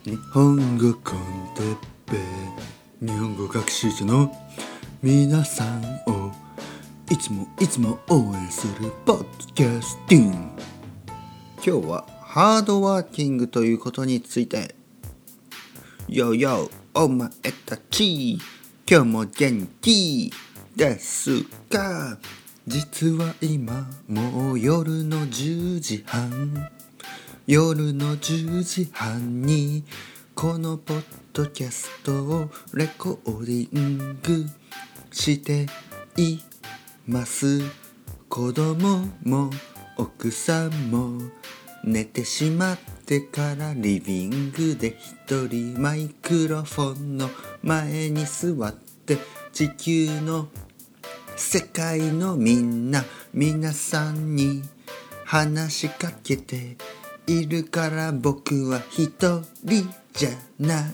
日本語コンテッペイ、日本語学習者の皆さんをいつも応援するポッドキャスティング。今日はハードワーキングということについて。よよお前たち、今日も元気ですか？実は今もう夜の10時半にこのポッドキャストをレコーディングしています。子供も奥さんも寝てしまってからリビングで一人マイクロフォンの前に座って地球の世界の皆さんに話しかけているから僕は一人じゃない。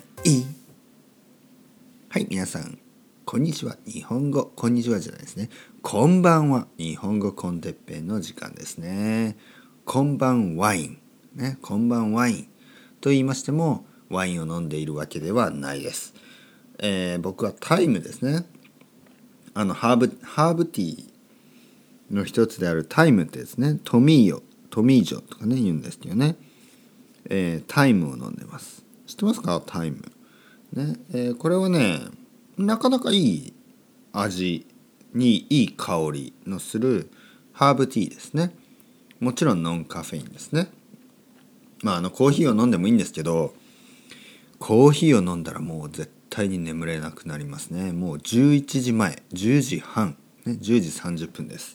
はい、皆さんこんにちは。日本語こんにちはじゃないですね、こんばんは。日本語コンテッペイの時間ですね。こんばんワインね、こんばんワインと言いましてもワインを飲んでいるわけではないです。僕はタイムですね。ハーブティーの一つであるタイムってですね、トミージョとかね言うんですけどね、タイムを飲んでます。知ってますか？タイムね、これはねなかなかいい味にいい香りのするハーブティーですね。もちろんノンカフェインですね。コーヒーを飲んでもいいんですけど、コーヒーを飲んだらもう絶対に眠れなくなりますね。もう11時前10時半、ね、10時30分です。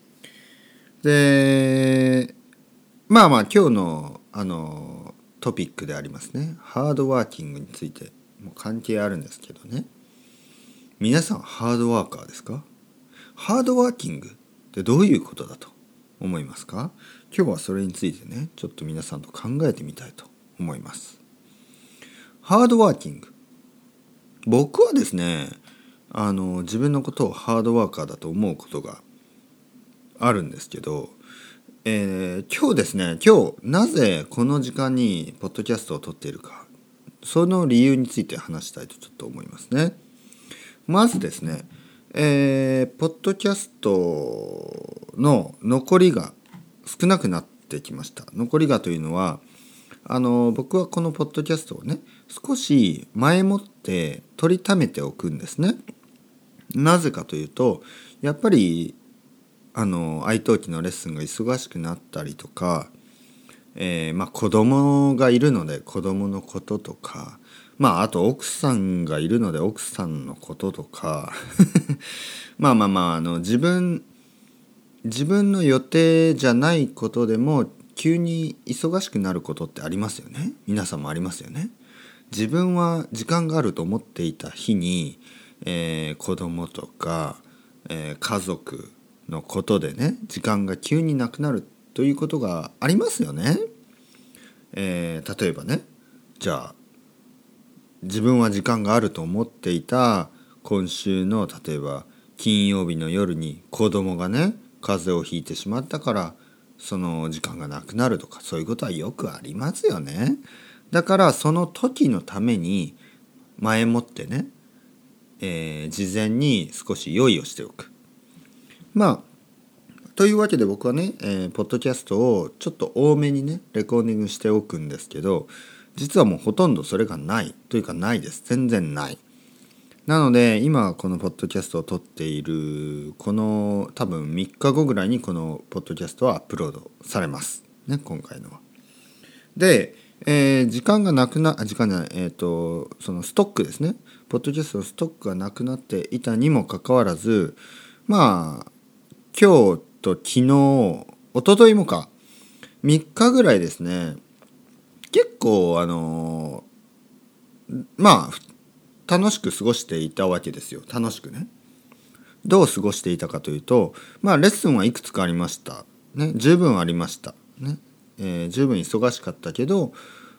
で今日のトピックでありますね、ハードワーキングについても関係あるんですけどね、皆さんハードワーカーですか？ハードワーキングってどういうことだと思いますか？今日はそれについてねちょっと皆さんと考えてみたいと思います。ハードワーキング、僕はですね自分のことをハードワーカーだと思うことがあるんですけど、今日なぜこの時間にポッドキャストを撮っているか、その理由について話したいとちょっと思いますね。まずですね、ポッドキャストの残りが少なくなってきました。残りがというのは僕はこのポッドキャストをね少し前もって取りためておくんですね。なぜかというと、やっぱり愛登記のレッスンが忙しくなったりとか、子供がいるので子供のこととか、あと奥さんがいるので奥さんのこととか自分の予定じゃないことでも急に忙しくなることってありますよね。皆さんもありますよね。自分は時間があると思っていた日に、子供とか、家族のことでね時間が急になくなるということがありますよね。例えばね、じゃあ自分は時間があると思っていた今週の例えば金曜日の夜に子供がね風邪をひいてしまったからその時間がなくなるとか、そういうことはよくありますよね。だからその時のために前もってね、事前に少し用意をしておく。というわけで僕はね、ポッドキャストをちょっと多めにねレコーディングしておくんですけど、実はもうほとんどそれがないというかないです。全然ない。なので今このポッドキャストを撮っているこの多分3日後ぐらいにこのポッドキャストはアップロードされますね、今回のは。で、時間がなくな時間じゃない、そのストックですね、ポッドキャストのストックがなくなっていたにもかかわらず、今日と昨日一昨日もか3日ぐらいですね、結構楽しく過ごしていたわけですよ。楽しくね。どう過ごしていたかというと、レッスンはいくつかありましたね。十分ありましたね。十分忙しかったけど、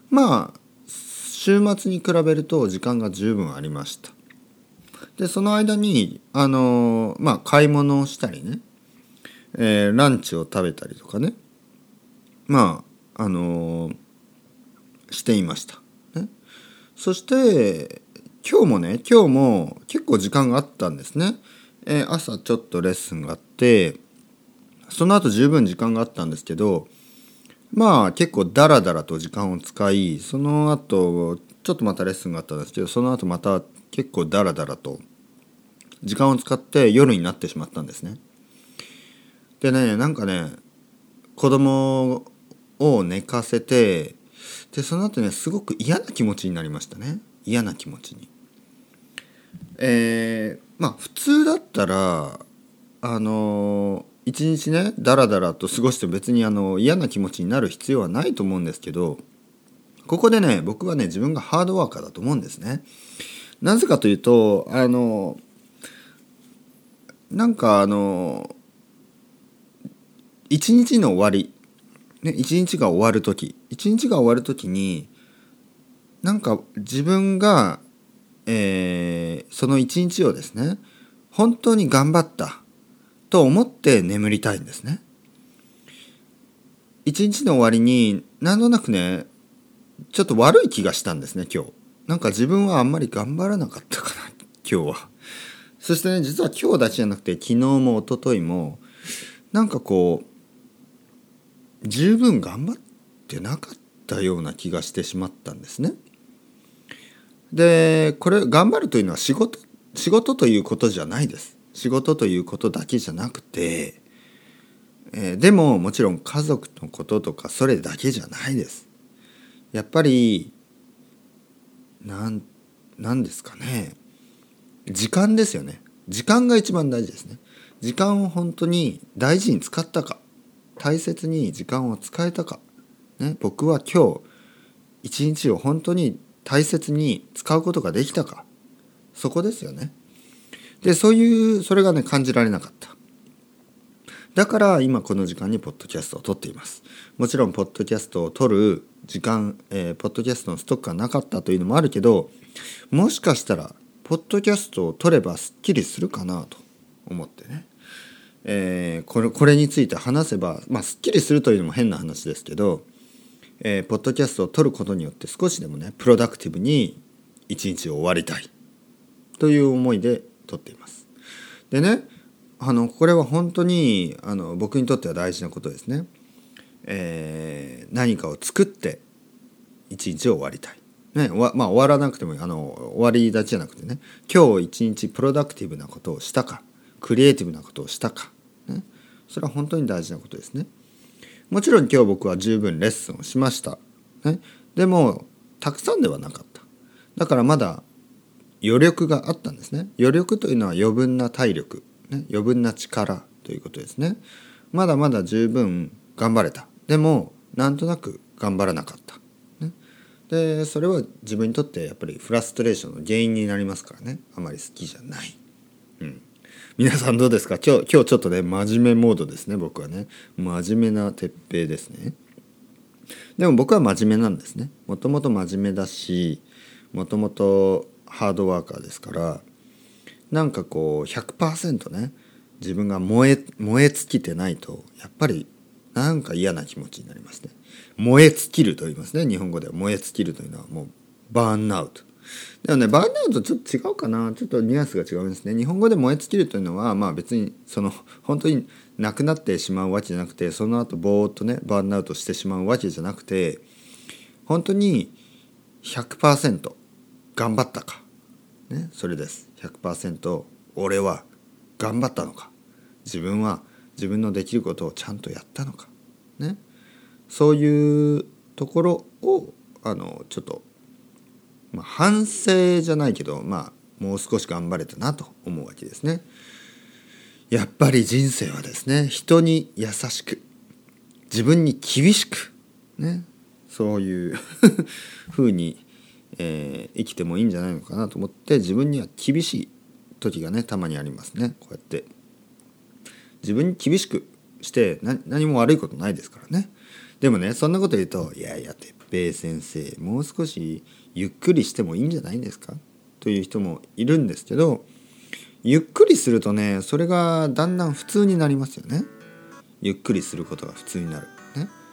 週末に比べると時間が十分ありました。でその間に買い物をしたりね、ランチを食べたりとかね、していました、ね。 そして今日も結構時間があったんですね。朝ちょっとレッスンがあって、その後十分時間があったんですけど、まあ結構ダラダラと時間を使い、その後ちょっとまたレッスンがあったんですけど、その後また結構ダラダラと時間を使って夜になってしまったんですね。でね、なんかね、子供を寝かせて、でその後ね、すごく嫌な気持ちになりましたね。嫌な気持ちに。まあ普通だったら一日ねダラダラと過ごして別に嫌な気持ちになる必要はないと思うんですけど、ここでね僕はね自分がハードワーカーだと思うんですね。なぜかというとなんか一日の終わり、ね、一日が終わる時になんか自分が、その一日をですね本当に頑張ったと思って眠りたいんですね。一日の終わりになんとなくねちょっと悪い気がしたんですね今日。なんか自分はあんまり頑張らなかったかな今日は。そしてね実は今日だけじゃなくて昨日も一昨日もなんかこう十分頑張ってなかったような気がしてしまったんですね。でこれ頑張るというのは仕事ということじゃないです。仕事ということだけじゃなくて、でももちろん家族のこととかそれだけじゃないです。やっぱりなんですかね、時間ですよね。時間が一番大事ですね。時間を本当に大事に使ったか、大切に時間を使えたか、ね、僕は今日一日を本当に大切に使うことができたか、そこですよね。でそれがね感じられなかった。だから今この時間にポッドキャストを撮っています。もちろんポッドキャストを撮る時間、ポッドキャストのストックがなかったというのもあるけど、もしかしたらポッドキャストを撮ればすっきりするかなと思ってね、これについて話せば、すっきりするというのも変な話ですけど、ポッドキャストを撮ることによって少しでもねプロダクティブに一日を終わりたいという思いで撮っています。でね、これは本当に僕にとっては大事なことですね。何かを作って一日を終わりたい、ね、終わらなくてもいい、終わりだけじゃなくてね、今日一日プロダクティブなことをしたか、クリエイティブなことをしたか、ね、それは本当に大事なことですね。もちろん今日僕は十分レッスンをしました、ね、でもたくさんではなかった。だからまだ余力があったんですね。余力というのは余分な体力、ね、余分な力ということですね。まだまだ十分頑張れた。でもなんとなく頑張らなかった、ね、でそれは自分にとってやっぱりフラストレーションの原因になりますからね。あまり好きじゃない、皆さんどうですか。今日ちょっとね真面目モードですね。僕はね真面目な鉄平ですね。でも僕は真面目なんですね。もともと真面目だし、もともとハードワーカーですから、なんかこう 100% ね自分が燃え尽きてないとやっぱりなんか嫌な気持ちになりますね。燃え尽きると言いますね。日本語では燃え尽きるというのはもうバーンアウト。でもねバーンアウトちょっと違うかな。ちょっとニュアンスが違うんですね。日本語で燃え尽きるというのは別に本当になくなってしまうわけじゃなくて、その後ぼーっとねバーンアウトしてしまうわけじゃなくて、本当に 100% 頑張ったか、ね、それです。 100% 俺は頑張ったのか、自分は自分のできることをちゃんとやったのか、ね、そういうところをちょっと、反省じゃないけど、もう少し頑張れたなと思うわけですね。やっぱり人生はですね、人に優しく自分に厳しく、ね、そういうふうに、生きてもいいんじゃないのかなと思って、自分には厳しい時がねたまにありますね。こうやって自分に厳しくして何も悪いことないですからね。でもねそんなこと言うと、いやいや哲平先生もう少しゆっくりしてもいいんじゃないんですかという人もいるんですけど、ゆっくりするとねそれがだんだん普通になりますよね。ゆっくりすることが普通になる、ね、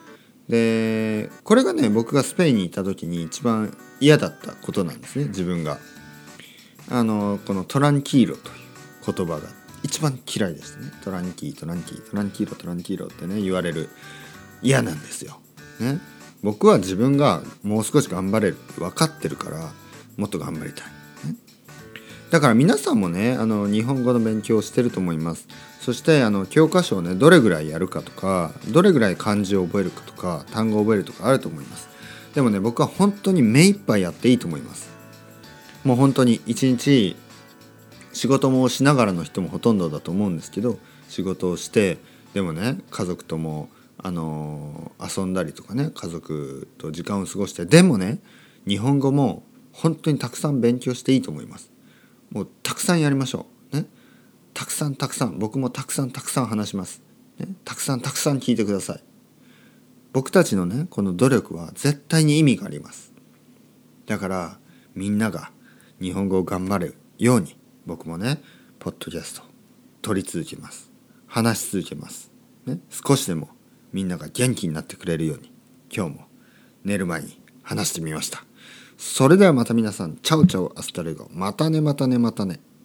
でこれがね、僕がスペインにいた時に一番嫌だったことなんですね。自分がこのトランキーロという言葉が一番嫌いでしたね。トランキーロってね言われる、嫌なんですよ、ね、僕は自分がもう少し頑張れるって分かってるからもっと頑張りたい、ね、だから皆さんもね日本語の勉強をしてると思います。そして教科書をねどれぐらいやるかとか、どれぐらい漢字を覚えるかとか、単語を覚えるとかあると思います。でもね、僕は本当に目いっぱいやっていいと思います。もう本当に一日仕事もしながらの人もほとんどだと思うんですけど、仕事をしてでもね家族とも遊んだりとかね、家族と時間を過ごして、でもね日本語も本当にたくさん勉強していいと思います。もうたくさんやりましょうね。たくさん僕もたくさん話します、ね、たくさん聞いてください。僕たちのねこの努力は絶対に意味があります。だからみんなが日本語を頑張れるように、僕もねポッドキャスト取り続けます。話し続けます、ね、少しでもみんなが元気になってくれるように、今日も寝る前に話してみました。それではまた皆さん、チャウチャウアスタレゴ、またね。